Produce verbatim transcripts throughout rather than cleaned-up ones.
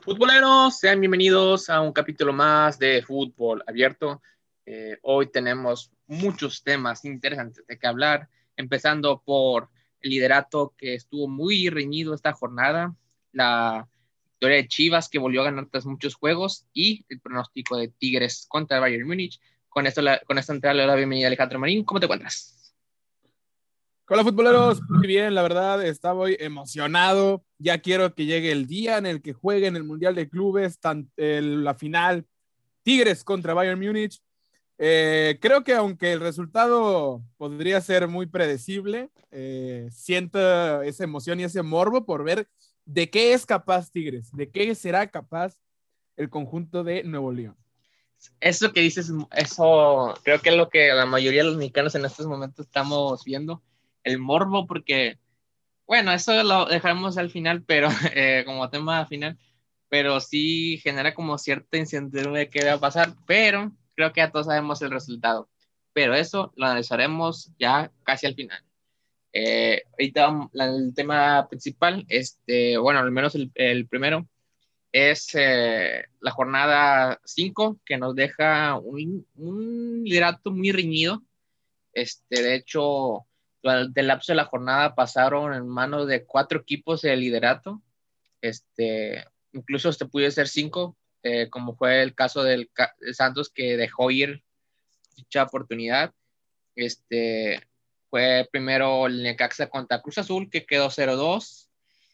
Futboleros, sean bienvenidos a un capítulo más de Fútbol Abierto. Eh, hoy tenemos muchos temas interesantes de que hablar, empezando por el liderato que estuvo muy reñido esta jornada, la victoria de Chivas que volvió a ganar tras muchos juegos y el pronóstico de Tigres contra Bayern Múnich. Con esto, la, con esta entrada le doy la bienvenida a Alejandro Marín. ¿Cómo te encuentras? Hola futboleros, muy bien, la verdad, estaba muy emocionado, ya quiero que llegue el día en el que jueguen el Mundial de Clubes, tan, el, la final Tigres contra Bayern Múnich. Eh, creo que aunque el resultado podría ser muy predecible, eh, siento esa emoción y ese morbo por ver de qué es capaz Tigres, de qué será capaz el conjunto de Nuevo León. Eso que dices, eso creo que es lo que la mayoría de los mexicanos en estos momentos estamos viendo, el morbo, porque, bueno, eso lo dejaremos al final, pero eh, como tema final, pero sí genera como cierta incertidumbre de qué va a pasar, pero creo que ya todos sabemos el resultado. Pero eso lo analizaremos ya casi al final. Eh, ahorita la, el tema principal, este, bueno, al menos el, el primero, es eh, la jornada cinco que nos deja un, un liderato muy reñido. Este, de hecho, durante el lapso de la jornada pasaron en manos de cuatro equipos el liderato. Este, incluso este pudo ser cinco, eh, como fue el caso del, del Santos que dejó ir dicha oportunidad. Este, fue primero el Necaxa contra Cruz Azul, que quedó cero dos.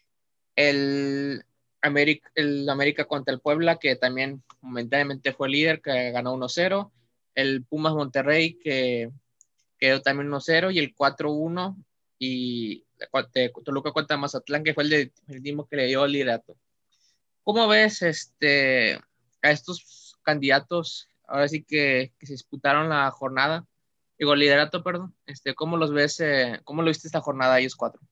El América, el América contra el Puebla, que también momentáneamente fue líder, que ganó uno cero. El Pumas Monterrey, que quedó también uno cero. Y el cuatro uno. Y de Toluca contra Mazatlán, que fue el, de, el mismo que le dio el liderato. ¿Cómo ves este, a estos candidatos, ahora sí que, que se disputaron la jornada? Digo, el liderato, perdón. Este, ¿cómo los ves? Eh, ¿Cómo lo viste esta jornada ellos cuatro?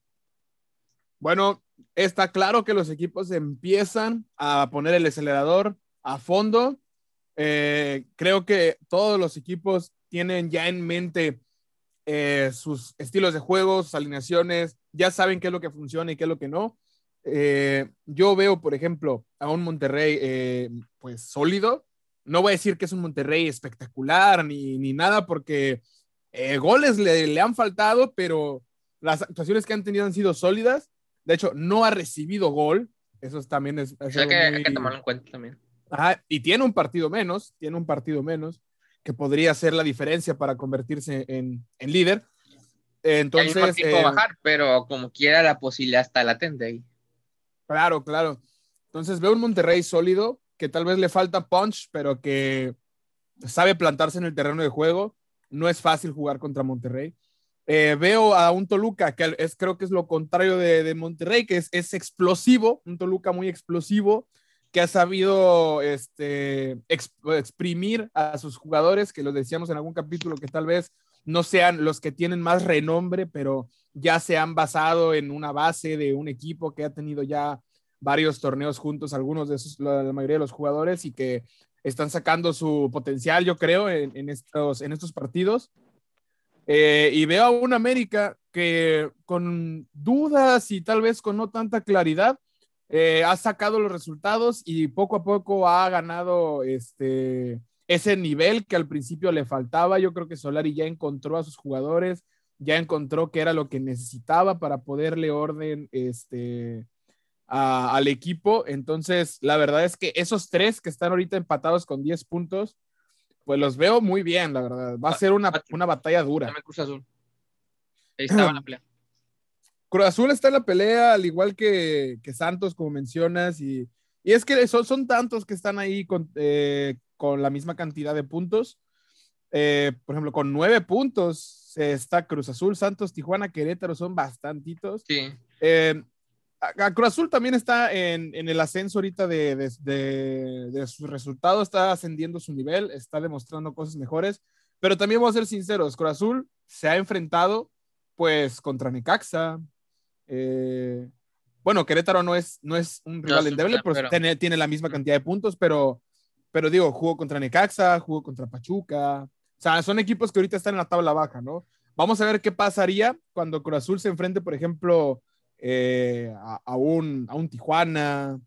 Bueno, está claro que los equipos empiezan a poner el acelerador a fondo. Eh, creo que todos los equipos tienen ya en mente eh, sus estilos de juego, sus alineaciones, ya saben qué es lo que funciona y qué es lo que no. Eh, yo veo, por ejemplo, a un Monterrey eh, pues sólido. No voy a decir que es un Monterrey espectacular ni, ni nada porque eh, goles le, le han faltado, pero las actuaciones que han tenido han sido sólidas. De hecho, no ha recibido gol. Eso también es, O es sea algo que hay que muy... tomarlo en cuenta también. Ajá, y tiene un partido menos, tiene un partido menos, que podría ser la diferencia para convertirse en, en líder. Y al mismo Entonces, tiempo eh, bajar, pero como quiera la posibilidad está latente ahí. claro, claro. Entonces veo un Monterrey sólido, que tal vez le falta punch, pero que sabe plantarse en el terreno de juego. No es fácil jugar contra Monterrey. Eh, veo a un Toluca que es, creo que es lo contrario de, de Monterrey, que es, es, explosivo, un Toluca muy explosivo, que ha sabido este, exp exprimir a sus jugadores, que lo decíamos en algún capítulo, que tal vez no sean los que tienen más renombre, pero ya se han basado en una base de un equipo que ha tenido ya varios torneos juntos, algunos de esos, la, la mayoría de los jugadores, y que están sacando su potencial, yo creo, en, en, estos, en estos partidos. Eh, y veo a un América que con dudas y tal vez con no tanta claridad eh, ha sacado los resultados y poco a poco ha ganado este, ese nivel que al principio le faltaba. Yo creo que Solari ya encontró a sus jugadores, ya encontró que era lo que necesitaba para poderle orden este, a, al equipo. Entonces, la verdad es que esos tres que están ahorita empatados con diez puntos, pues los veo muy bien, la verdad. Va a ser una, Cuatro, una batalla dura. también Cruz Azul. Ahí estaba la pelea. Cruz Azul está en la pelea, al igual que, que Santos, como mencionas, y, y es que son, son, tantos que están ahí con, eh, con la misma cantidad de puntos. Eh, por ejemplo, con nueve puntos eh, está Cruz Azul, Santos, Tijuana, Querétaro, son bastantitos. Sí. Eh, a, a Cruz Azul también está en, en el ascenso ahorita de, de, de, de sus resultados, está ascendiendo su nivel, está demostrando cosas mejores, pero también voy a ser sinceros, Cruz Azul se ha enfrentado pues contra Necaxa, eh, bueno, Querétaro no es, no es un No rival es un endeble, plan, pues pero tiene, tiene la misma cantidad de puntos, pero, pero digo, jugó contra Necaxa, jugó contra Pachuca, o sea, son equipos que ahorita están en la tabla baja, ¿no? Vamos a ver qué pasaría cuando Cruz Azul se enfrente, por ejemplo, eh, a, a, un, a un Tijuana,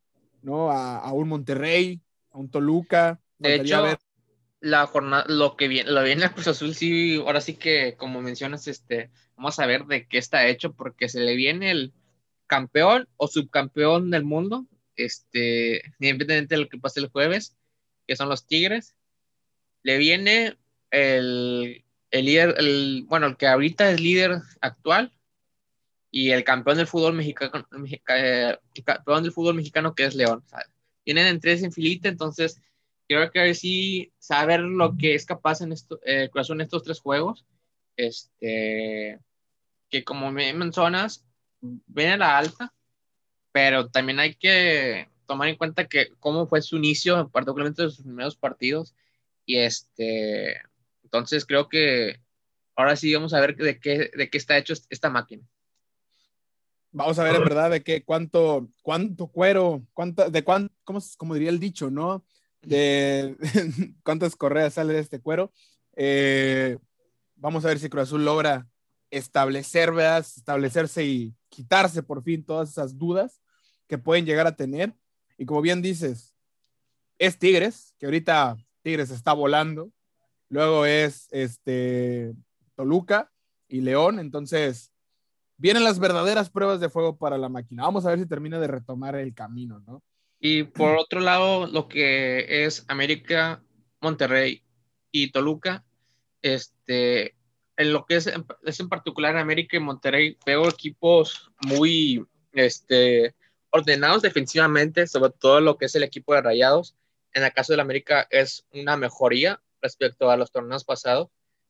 ¿no? A, a un Monterrey, a un Toluca. De Faltaría hecho, ver. la jornada, lo que viene, lo viene el Cruz Azul, sí, ahora sí que, como mencionas, este, vamos a ver de qué está hecho, porque se le viene el campeón o subcampeón del mundo, este, independientemente de lo que pase el jueves, que son los Tigres. Le viene el, el líder, el, bueno, el que ahorita es líder actual, y el campeón del fútbol mexicano, mexica, eh, campeón del fútbol mexicano, que es León. ¿Sabes? Vienen en tres en filita, entonces creo que sí saber lo que es capaz en esto, eh, en estos tres juegos, este, que como me mencionas, viene a la alta, pero también hay que tomar en cuenta que cómo fue su inicio, particularmente de sus primeros partidos, y este, entonces creo que ahora sí vamos a ver de qué, de qué está hecho esta máquina. Vamos a ver en verdad de qué, cuánto, cuánto cuero, cuánto, de cuánto, ¿cómo, cómo diría el dicho, no? De cuántas correas sale de este cuero. Eh, vamos a ver si Cruz Azul logra establecer, ¿verdad? Establecerse y quitarse por fin todas esas dudas que pueden llegar a tener. Y como bien dices, es Tigres, que ahorita Tigres está volando. Luego es este, Toluca y León. Entonces, vienen las verdaderas pruebas de fuego para la máquina. Vamos a ver si termina de retomar el camino, ¿no? Y por otro lado, lo que es América, Monterrey y Toluca, este, en lo que es, es en particular América y Monterrey, veo equipos muy este, ordenados defensivamente, sobre todo lo que es el equipo de Rayados. En el caso del América es una mejoría respecto a los torneos pasados,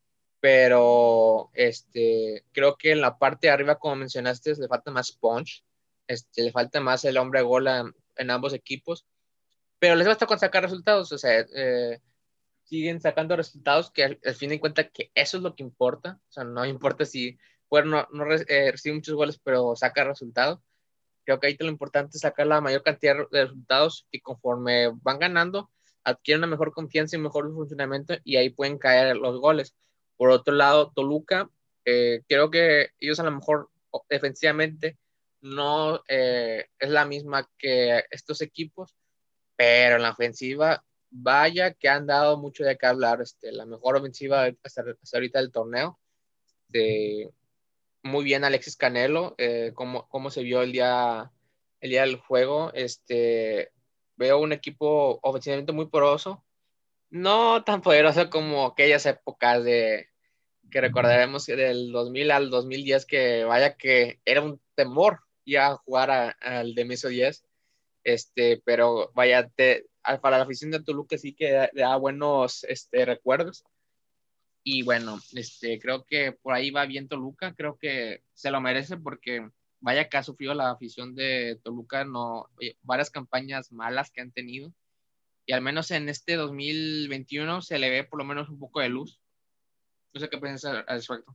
pero este, creo que en la parte de arriba, como mencionaste, le falta más punch, este, le falta más el hombre gol en, en ambos equipos, pero les basta con sacar resultados, o sea, eh, siguen sacando resultados que al, al fin de cuentas que eso es lo que importa, o sea, no importa si bueno, no, no eh, recibe muchos goles, pero saca resultados. Creo que ahí lo importante es sacar la mayor cantidad de resultados y conforme van ganando, adquieren una mejor confianza y mejor funcionamiento y ahí pueden caer los goles. Por otro lado, Toluca, eh, creo que ellos a lo mejor defensivamente no eh, es la misma que estos equipos, pero en la ofensiva, vaya que han dado mucho de qué hablar. Este, la mejor ofensiva hasta, hasta ahorita del torneo. De, muy bien Alexis Canelo, eh, cómo, cómo se vio el día, el día del juego. Este, veo un equipo ofensivamente muy poderoso, no tan poderoso como aquellas épocas de que recordaremos del dos mil al dos mil diez, que vaya que era un temor ya jugar a, al Demesio diez, este, pero vaya, te, para la afición de Toluca sí que da, da buenos este, recuerdos. Y bueno, este, creo que por ahí va bien Toluca, creo que se lo merece porque vaya que ha sufrido la afición de Toluca, no, oye, varias campañas malas que han tenido, y al menos en este dos mil veintiuno se le ve por lo menos un poco de luz. No sé qué piensas al respecto.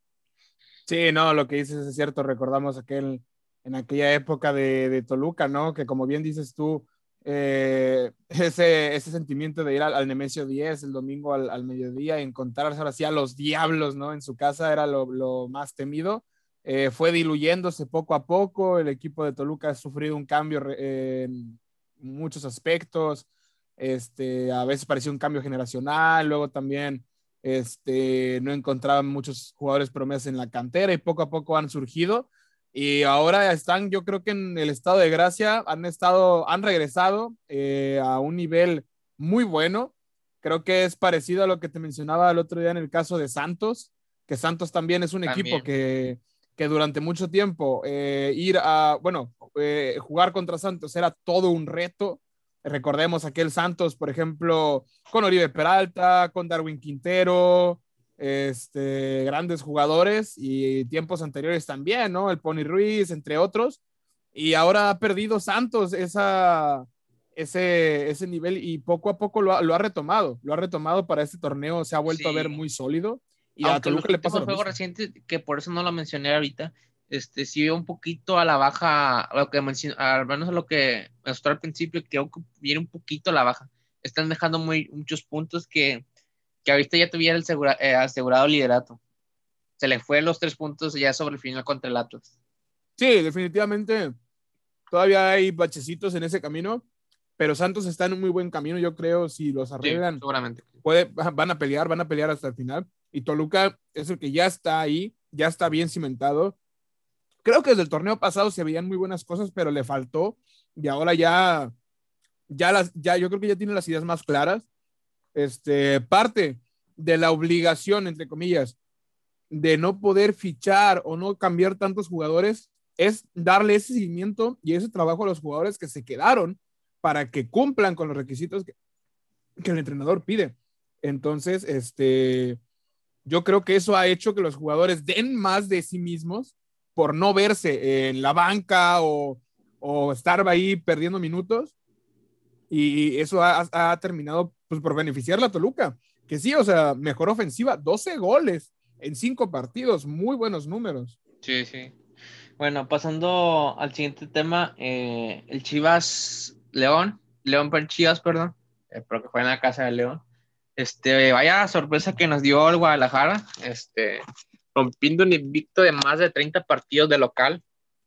Sí, no, lo que dices es cierto. Recordamos aquel, en aquella época de, de Toluca, ¿no? Que como bien dices tú, eh, ese, ese sentimiento de ir al, al Nemesio diez el domingo al, al mediodía y encontrarse ahora sí a los diablos, ¿no? En su casa era lo, lo más temido. Eh, fue diluyéndose poco a poco. El equipo de Toluca ha sufrido un cambio eh, en muchos aspectos. Este, a veces parecía un cambio generacional, luego también este, no encontraban muchos jugadores promesas en la cantera y poco a poco han surgido y ahora están, yo creo que en el estado de gracia, han estado, han regresado eh, a un nivel muy bueno. Creo que es parecido a lo que te mencionaba el otro día en el caso de Santos, que Santos también es un equipo También. que, que durante mucho tiempo eh, ir a, bueno, eh, jugar contra Santos era todo un reto. Recordemos aquel Santos, por ejemplo, con Oribe Peralta, con Darwin Quintero, este, grandes jugadores y tiempos anteriores también, ¿no? El Pony Ruiz, entre otros. Y ahora ha perdido Santos esa, ese, ese nivel y poco a poco lo ha, lo ha retomado. Lo ha retomado para este torneo, se ha vuelto a ver Sí, muy sólido y a aunque Toluca los le pasa últimos lo juegos mismo. recientes, que por eso no lo mencioné ahorita, este, sí veo un poquito a la baja, lo que mencioné, al menos a lo que me gustó al principio, creo que viene un poquito a la baja. Están dejando muy, muchos puntos que, que ahorita ya tuviera el segura, eh, asegurado liderato. Se le fue los tres puntos ya sobre el final contra el Atlas. Sí, definitivamente todavía hay bachecitos en ese camino, pero Santos está en un muy buen camino, yo creo, si los arreglan, sí, seguramente. puede, van a pelear, van a pelear hasta el final, y Toluca es el que ya está ahí, ya está bien cimentado. Creo que desde el torneo pasado se veían muy buenas cosas, pero le faltó, y ahora ya, ya, las, ya yo creo que ya tiene las ideas más claras. Este, parte de la obligación, entre comillas, de no poder fichar o no cambiar tantos jugadores es darle ese seguimiento y ese trabajo a los jugadores que se quedaron para que cumplan con los requisitos que, que el entrenador pide. Entonces, este, yo creo que eso ha hecho que los jugadores den más de sí mismos por no verse en la banca o, o estar ahí perdiendo minutos, y eso ha, ha terminado pues, por beneficiar a la Toluca, que sí, o sea, mejor ofensiva, doce goles en cinco partidos, muy buenos números. Sí, sí. Bueno, pasando al siguiente tema, eh, el Chivas León, León per Chivas, perdón, eh, porque fue en la casa de León. Este, vaya sorpresa que nos dio el Guadalajara, este, rompiendo un invicto de más de treinta partidos de local.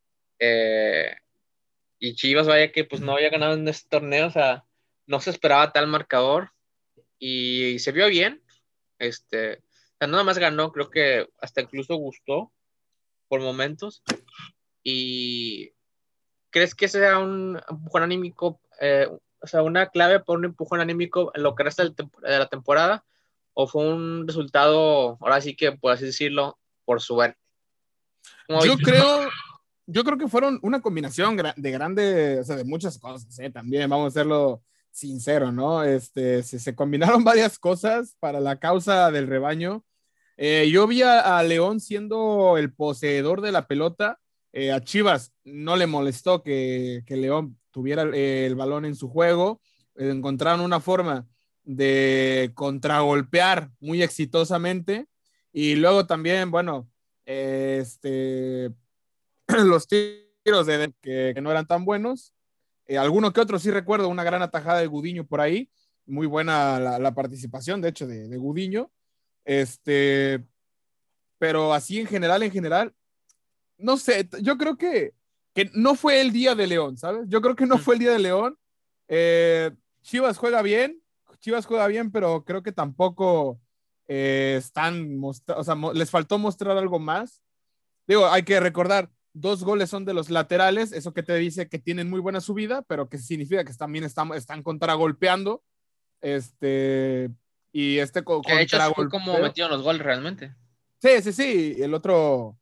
Eh, y Chivas, vaya que pues no había ganado en este torneo, o sea, no se esperaba tal marcador y se vio bien. Este, o sea, no nada más ganó, creo que hasta incluso gustó por momentos. ¿Y crees que sea un empujón anímico, eh, o sea, una clave por un empujón anímico en lo que resta de la temporada? ¿O fue un resultado, ahora sí que por así decirlo, por suerte? Yo creo, yo creo que fueron una combinación de grandes, o sea, de muchas cosas, ¿eh? También vamos a hacerlo sincero, ¿no? Este, se, se combinaron varias cosas para la causa del rebaño. Eh, yo vi a, a, León siendo el poseedor de la pelota. Eh, a Chivas no le molestó que, que León tuviera el, el balón en su juego. Eh, encontraron una forma de contragolpear muy exitosamente. Y luego también, bueno, eh, este, los tiros de, que, que no eran tan buenos. Eh, alguno que otro sí recuerdo, una gran atajada de Gudiño por ahí. Muy buena la, la participación, de hecho, de, de Gudiño. Este, pero así en general, en general, no sé, yo creo que, que no fue el día de León, ¿sabes? Yo creo que no fue el día de León. Eh, Chivas juega bien, Chivas juega bien, pero creo que tampoco eh, están, o sea, les faltó mostrar algo más. Digo, hay que recordar, dos goles son de los laterales, eso que te dice que tienen muy buena subida, pero que significa que también están, están contragolpeando. Este, y este co que de hecho fue como contragolpeo. metieron los goles realmente. Sí, sí, sí. El otro,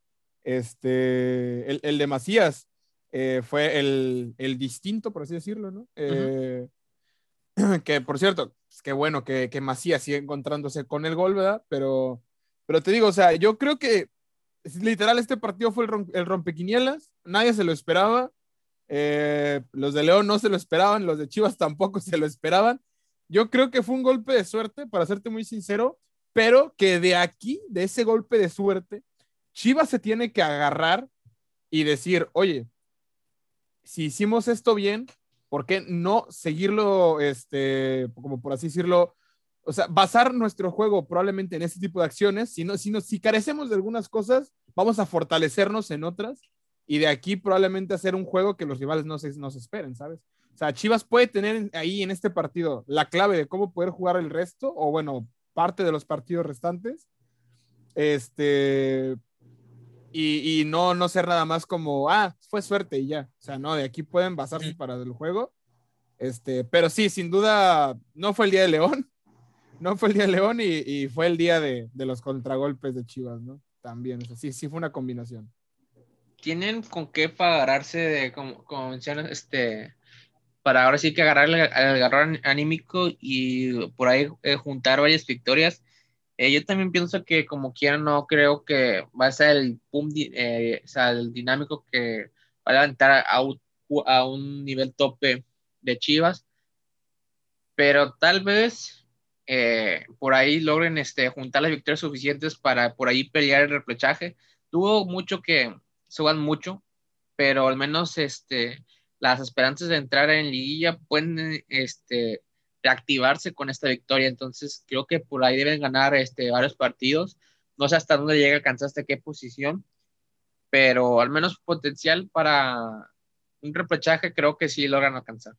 este, el, el de Macías, eh, fue el, el distinto, por así decirlo, ¿no? Eh, uh-huh. Que, por cierto, es que bueno que, que Macías sigue encontrándose con el gol, ¿verdad? Pero, pero te digo, o sea, yo creo que literal este partido fue el, rom el rompequinielas, nadie se lo esperaba. Eh, los de León no se lo esperaban, los de Chivas tampoco se lo esperaban. Yo creo que fue un golpe de suerte, para serte muy sincero, pero que de aquí, de ese golpe de suerte, Chivas se tiene que agarrar y decir, oye, si hicimos esto bien, ¿por qué no seguirlo, este, como por así decirlo? O sea, basar nuestro juego probablemente en este tipo de acciones. Si, no, si, no, si carecemos de algunas cosas, vamos a fortalecernos en otras y de aquí probablemente hacer un juego que los rivales no se, no se esperen, ¿sabes? O sea, Chivas puede tener ahí en este partido la clave de cómo poder jugar el resto, o bueno, parte de los partidos restantes. Este, y, y no, no ser nada más como, ah, fue suerte y ya. O sea, no, de aquí pueden basarse para el juego. Este, pero sí, sin duda, no fue el día de León, no fue el día de León y, y fue el día de, de los contragolpes de Chivas, ¿no? También, o sea, sí, sí fue una combinación. Tienen con qué para agarrarse de, como, como mencionas, este, para ahora sí que agarrarle al agarrar anímico y por ahí eh, juntar varias victorias. Eh, yo también pienso que como quiera no creo que va a ser el pum, eh, o sea, el dinámico que va a levantar a, a un nivel tope de Chivas, pero tal vez eh, por ahí logren este, juntar las victorias suficientes para por ahí pelear el repechaje. Tuvo mucho que suban mucho, pero al menos este, las esperanzas de entrar en liguilla pueden este, reactivarse con esta victoria. Entonces creo que por ahí deben ganar este, varios partidos. No sé hasta dónde llega a alcanzar, hasta qué posición, pero al menos potencial para un repechaje creo que sí logran alcanzar.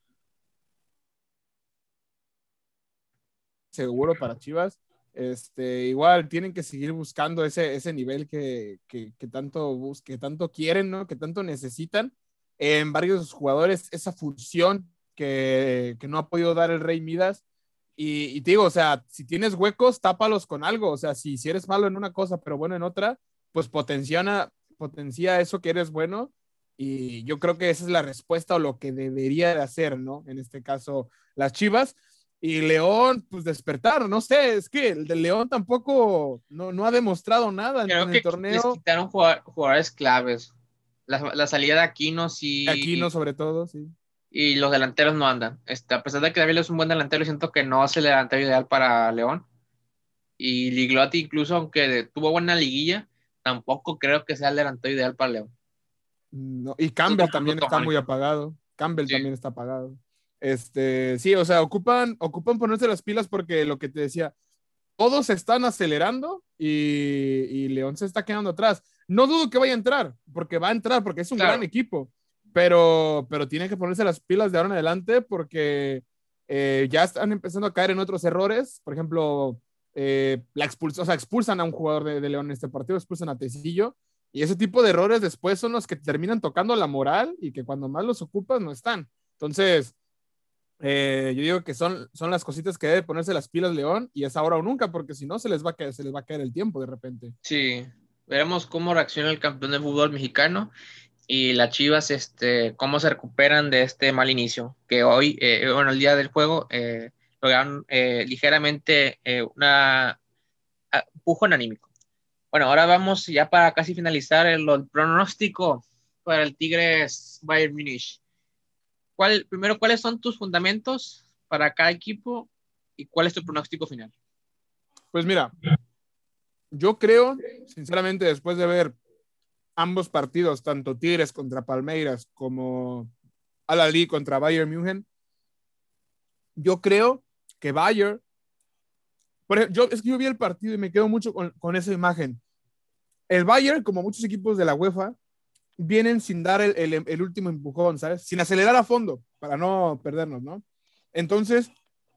Seguro para Chivas. Este, igual tienen que seguir buscando ese, ese nivel que, que, que tanto bus que tanto quieren, ¿no? Que tanto necesitan. En varios jugadores, esa función que, que no ha podido dar el Rey Midas. Y, y te digo, o sea, si tienes huecos, tápalos con algo. O sea, si, si eres malo en una cosa, pero bueno en otra, pues potenciona, potencia eso que eres bueno. Y yo creo que esa es la respuesta o lo que debería de hacer, ¿no? En este caso, las Chivas. Y León, pues despertar, no sé, es que el de León tampoco no, no ha demostrado nada en, Creo en el que les torneo. quitaron jugador, jugadores claves. La, la, salida de Aquino Aquí no, sí, sobre todo, sí. y los delanteros no andan. Este, a pesar de que David es un buen delantero, siento que no es el delantero ideal para León. Y Liglotti, incluso aunque tuvo buena liguilla, tampoco creo que sea el delantero ideal para León. No, y Estoy Campbell confuso también con está muy Hamilton. apagado. Campbell Sí, también está apagado. Este, sí, o sea, ocupan, ocupan ponerse las pilas porque lo que te decía, todos están acelerando y, y León se está quedando atrás. No dudo que vaya a entrar, porque va a entrar, porque es un gran claro. equipo, pero, pero tienen que ponerse las pilas de ahora en adelante porque eh, ya están empezando a caer en otros errores. Por ejemplo, eh, la expulsa, o sea, expulsan a un jugador de, de León en este partido, expulsan a Tecillo, y ese tipo de errores después son los que terminan tocando la moral y que cuando más los ocupas no están. Entonces, eh, yo digo que son, son las cositas que debe ponerse las pilas León y es ahora o nunca, porque si no se les va a caer, se les va a caer el tiempo de repente. Sí, veremos cómo reacciona el campeón de fútbol mexicano y las Chivas, este, cómo se recuperan de este mal inicio, que hoy, eh, bueno, el día del juego, eh, lograron eh, ligeramente eh, una uh, empujón anímico. Bueno, ahora vamos ya para casi finalizar el, el pronóstico para el Tigres Bayern Munich. ¿Cuál, primero, ¿cuáles son tus fundamentos para cada equipo y cuál es tu pronóstico final? Pues mira, yo creo, sinceramente, después de ver ambos partidos, tanto Tigres contra Palmeiras como Al-Ahly contra Bayern München, yo creo que Bayern, por ejemplo, yo, es que yo vi el partido y me quedo mucho con, con esa imagen. El Bayern, como muchos equipos de la UEFA, vienen sin dar el, el, el, último empujón, ¿sabes? Sin acelerar a fondo, para no perdernos, ¿no? Entonces,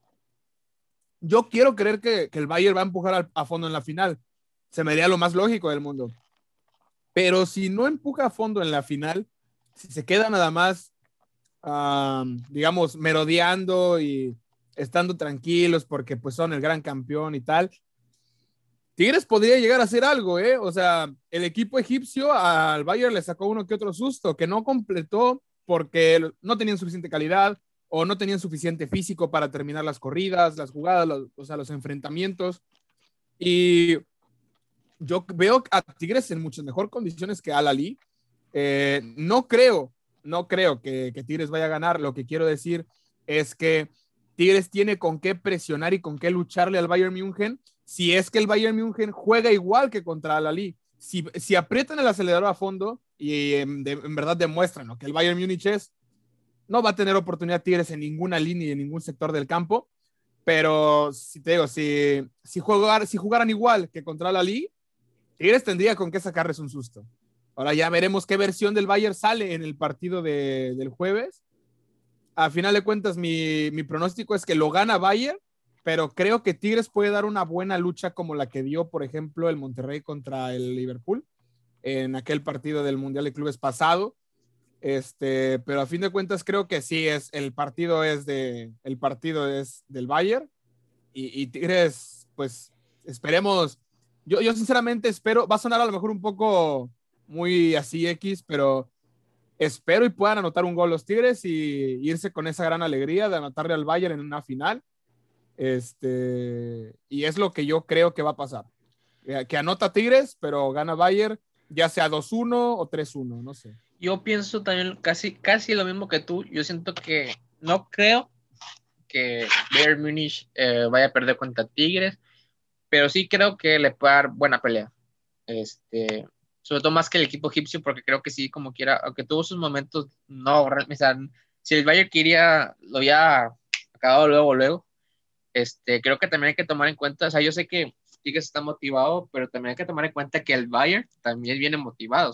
yo quiero creer que, que el Bayern va a empujar a, a fondo en la final. Se me haría lo más lógico del mundo. Pero si no empuja a fondo en la final, si se queda nada más, um, digamos, merodeando y estando tranquilos porque pues son el gran campeón y tal, Tigres podría llegar a hacer algo, ¿eh? O sea, el equipo egipcio al Bayern le sacó uno que otro susto, que no completó porque no tenían suficiente calidad o no tenían suficiente físico para terminar las corridas, las jugadas, los, o sea, los enfrentamientos. Y yo veo a Tigres en muchas mejor condiciones que Al-Ahly. Eh, no creo, no creo que, que Tigres vaya a ganar. Lo que quiero decir es que Tigres tiene con qué presionar y con qué lucharle al Bayern München si es que el Bayern München juega igual que contra Al-Ahly. Si, si aprietan el acelerador a fondo y en, de, en verdad demuestran lo que el Bayern Múnich es, no va a tener oportunidad Tigres en ninguna línea y en ningún sector del campo. Pero si te digo, si, si, jugar, si jugaran igual que contra Al-Ahly, Tigres tendría con qué sacarles un susto. Ahora ya veremos qué versión del Bayern sale en el partido de, del jueves. A final de cuentas, mi, mi pronóstico es que lo gana Bayern, pero creo que Tigres puede dar una buena lucha como la que dio, por ejemplo, el Monterrey contra el Liverpool en aquel partido del Mundial de Clubes pasado. Este, pero a fin de cuentas creo que sí es el partido es de el partido es del Bayern y, y Tigres, pues esperemos. Yo, yo sinceramente espero, va a sonar a lo mejor un poco muy así X, pero espero y puedan anotar un gol los Tigres y irse con esa gran alegría de anotarle al Bayern en una final. Este, y es lo que yo creo que va a pasar. Que anota Tigres, pero gana Bayern, ya sea dos uno o tres uno, no sé. Yo pienso también casi, casi lo mismo que tú. Yo siento que no creo que Bayern Munich eh, vaya a perder contra Tigres, pero sí creo que le puede dar buena pelea. Este, sobre todo más que el equipo egipcio, porque creo que sí, como quiera, aunque tuvo sus momentos, no, o sea, si el Bayern quería, lo había acabado luego, luego, este, creo que también hay que tomar en cuenta, o sea, yo sé que Tigres está motivado, pero también hay que tomar en cuenta que el Bayern también viene motivado, o sea,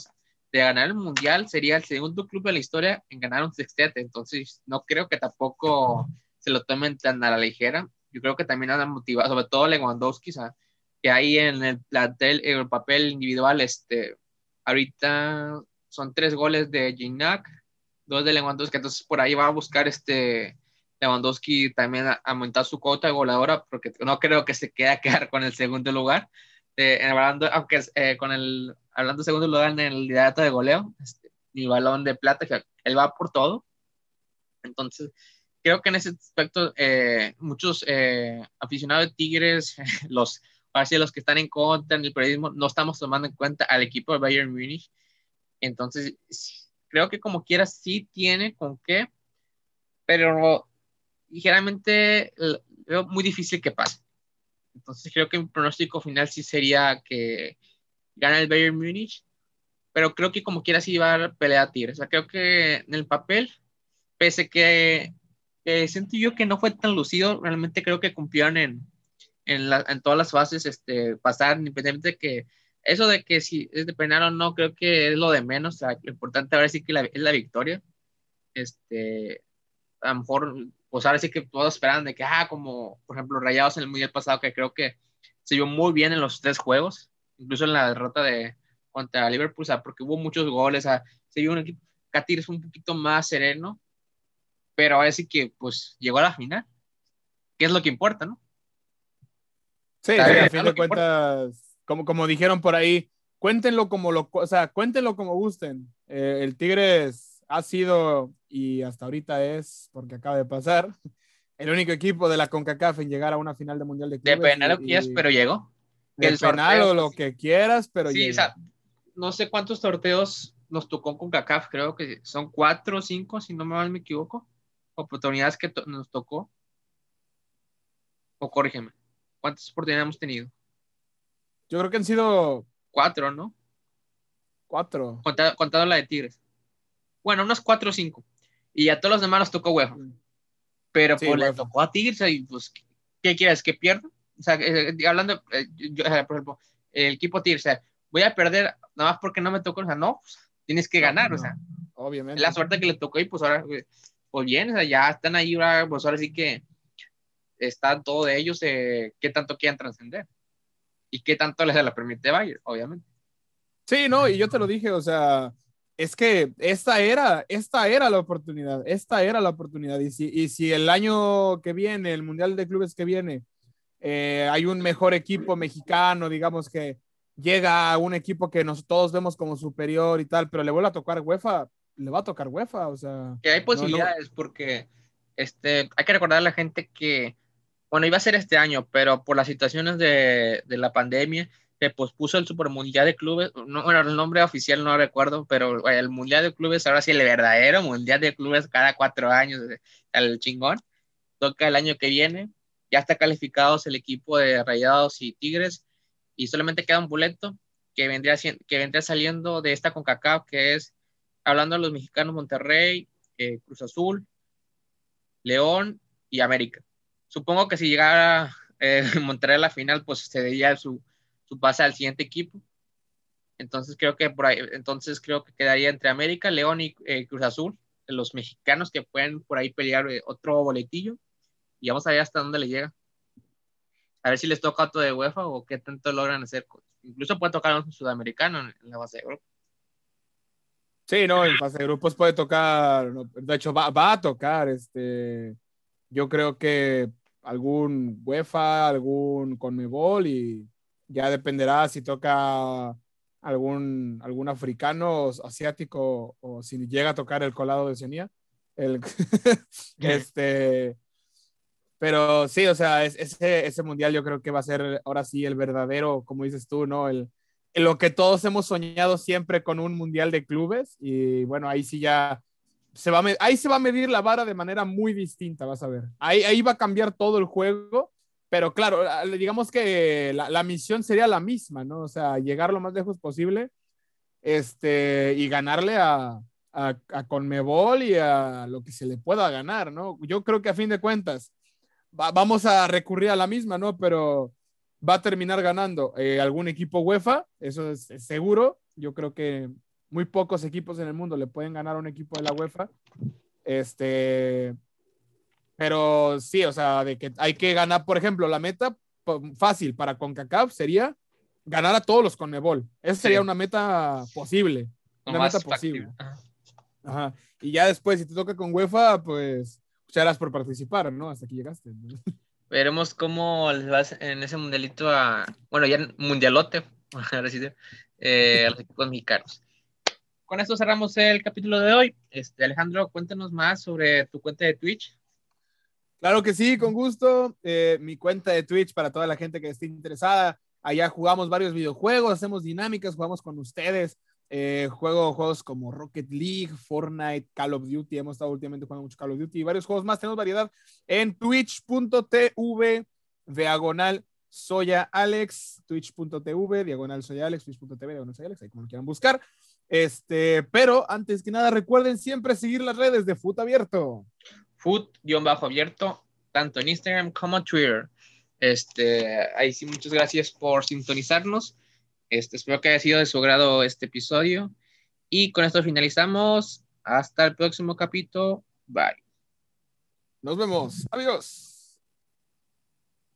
de ganar el Mundial, sería el segundo club de la historia en ganar un sextete. Entonces, no creo que tampoco se lo tomen tan a la ligera. Yo creo que también andan motivados, sobre todo Lewandowski, o sea, que ahí en el plantel, en el papel individual, este, ahorita son tres goles de Gignac, dos de Lewandowski, entonces por ahí va a buscar este Lewandowski también a aumentar su cuota de goleadora, porque no creo que se quede a quedar con el segundo lugar. Eh, hablando, aunque eh, con el hablando de segundo lugar en el liderato de goleo, este, ni balón de plata, que él va por todo. Entonces, creo que en ese aspecto, eh, muchos eh, aficionados de Tigres, los, así los que están en contra en el periodismo, no estamos tomando en cuenta al equipo de Bayern Múnich. Entonces, creo que como quiera sí tiene con qué, pero ligeramente veo muy difícil que pase. Entonces creo que mi pronóstico final sí sería que gana el Bayern Múnich, pero creo que como quiera sí va a pelear a Tigres. O sea, creo que en el papel, pese que, que siento yo que no fue tan lucido, realmente creo que cumplieron en, en, la, en todas las fases este, pasar, independientemente de que eso de que si es de penal o no, creo que es lo de menos. O sea, lo importante ahora sí que la, es la victoria. Este, a lo mejor, pues ahora sí que todos esperan de que, ah, como por ejemplo Rayados en el Mundial pasado, que creo que se vio muy bien en los tres juegos, incluso en la derrota de contra Liverpool, o sea, porque hubo muchos goles, o sea, se vio un equipo, Katir es un poquito más sereno, pero ahora sí que, pues, llegó a la final, que es lo que importa, ¿no? Sí, O sea, sí, a es fin lo de que importa. cuentas, como, como dijeron por ahí, cuéntenlo como lo, o sea, cuéntenlo como gusten. Eh, el Tigres ha sido y hasta ahorita es, porque acaba de pasar, el único equipo de la CONCACAF en llegar a una final de Mundial de De Clubes penal y, lo que quieras, y pero llegó. Que de el penal sorteo, o pues lo sí, que quieras, pero sí, o llegó. sea, no sé cuántos sorteos nos tocó con CACAF, creo que son cuatro o cinco, si no mal me equivoco, oportunidades que to nos tocó. O corrígeme, ¿cuántas oportunidades hemos tenido? Yo creo que han sido Cuatro, ¿no? cuatro. Contado, contado la de Tigres. Bueno, unos cuatro o cinco. Y a todos los demás nos tocó UEFA. Pero Sí, pues le UEFA. tocó a Tigres y pues, ¿qué quieres? ¿Que pierda? O sea, eh, eh, hablando, eh, yo, eh, por ejemplo, el equipo Tigres, o sea, voy a perder nada más porque no me tocó, o sea, no, pues, tienes que No, pues ganar, o sea, no, es la obviamente. suerte que le tocó y pues ahora, eh, pues bien, o sea, ya están ahí, ahora, pues ahora sí que está todo de ellos, eh, qué tanto quieran trascender y qué tanto les la permite Bayern, obviamente. Sí, no, y yo te lo dije, o sea, es que esta era, esta era la oportunidad, esta era la oportunidad. Y si, y si el año que viene, el Mundial de Clubes que viene, eh, hay un mejor equipo mexicano, digamos que llega a un equipo que nos todos vemos como superior y tal, pero le vuelve a tocar UEFA, le va a tocar UEFA, o sea, Que hay no, no, posibilidades porque este, hay que recordar a la gente que, bueno, iba a ser este año, pero por las situaciones de, de la pandemia, se pospuso el Super Mundial de Clubes. No, bueno, el nombre oficial no recuerdo, pero vaya, el Mundial de Clubes, ahora sí, el verdadero Mundial de Clubes cada cuatro años, el chingón, toca el año que viene. Ya está calificados el equipo de Rayados y Tigres, y solamente queda un boleto que vendría, que vendría saliendo de esta CONCACAF, que es, hablando de los mexicanos, Monterrey, eh, Cruz Azul, León y América. Supongo que si llegara eh, Monterrey a la final, pues se vería su, su pase al siguiente equipo. Entonces creo que por ahí, entonces creo que quedaría entre América, León y eh, Cruz Azul, los mexicanos que pueden por ahí pelear eh, otro boletillo, y vamos a ver hasta dónde le llega. A ver si les toca otro de UEFA o qué tanto logran hacer. Incluso puede tocar un sudamericano en, en la base de grupo. sí, no, en fase de grupos puede tocar, no, de hecho va, va a tocar, este, yo creo que algún UEFA, algún Conmebol y ya dependerá si toca algún, algún africano o asiático o si llega a tocar el colado de Oceanía. El, este, pero sí, o sea, es, ese, ese mundial yo creo que va a ser ahora sí el verdadero, como dices tú, ¿no? El, el lo que todos hemos soñado siempre con un mundial de clubes y bueno, ahí sí ya se va a, ahí se va a medir la vara de manera muy distinta, vas a ver. Ahí, ahí va a cambiar todo el juego, pero claro, digamos que la, la misión sería la misma, ¿no? O sea, llegar lo más lejos posible este, y ganarle a, a, a Conmebol y a lo que se le pueda ganar, ¿no? Yo creo que a fin de cuentas va, vamos a recurrir a la misma, ¿no? Pero va a terminar ganando eh, algún equipo UEFA, eso es, es seguro. Yo creo que muy pocos equipos en el mundo le pueden ganar a un equipo de la UEFA. Este, pero sí, o sea, de que hay que ganar, por ejemplo, la meta fácil para CONCACAF sería ganar a todos los CONMEBOL. Esa Sí. sería una meta posible. Lo Una más meta posible. factible. Ajá. Ajá. Y ya después, si te toca con UEFA, pues lucharás por participar, ¿no? Hasta aquí llegaste. Veremos cómo les va en ese mundialito a, bueno, ya en mundialote, ahora sí, eh, a los equipos mexicanos. Con esto cerramos el capítulo de hoy. Este, Alejandro, cuéntanos más sobre tu cuenta de Twitch. Claro que sí, con gusto. Eh, mi cuenta de Twitch para toda la gente que esté interesada. Allá jugamos varios videojuegos, hacemos dinámicas, jugamos con ustedes. Eh, juego juegos como Rocket League, Fortnite, Call of Duty. Hemos estado últimamente jugando mucho Call of Duty y varios juegos más. Tenemos variedad en twitch.tv diagonal Soya Alex, twitch.tv diagonal Soya Alex, twitch.tv diagonal Soya Alex, ahí como lo quieran buscar. Este, pero antes que nada, recuerden siempre seguir las redes de Fut Abierto. Foot-abierto, tanto en Instagram como Twitter. Este, ahí sí, muchas gracias por sintonizarnos. Este, espero que haya sido de su agrado este episodio. Y con esto finalizamos. Hasta el próximo capítulo. Bye. Nos vemos. Adiós.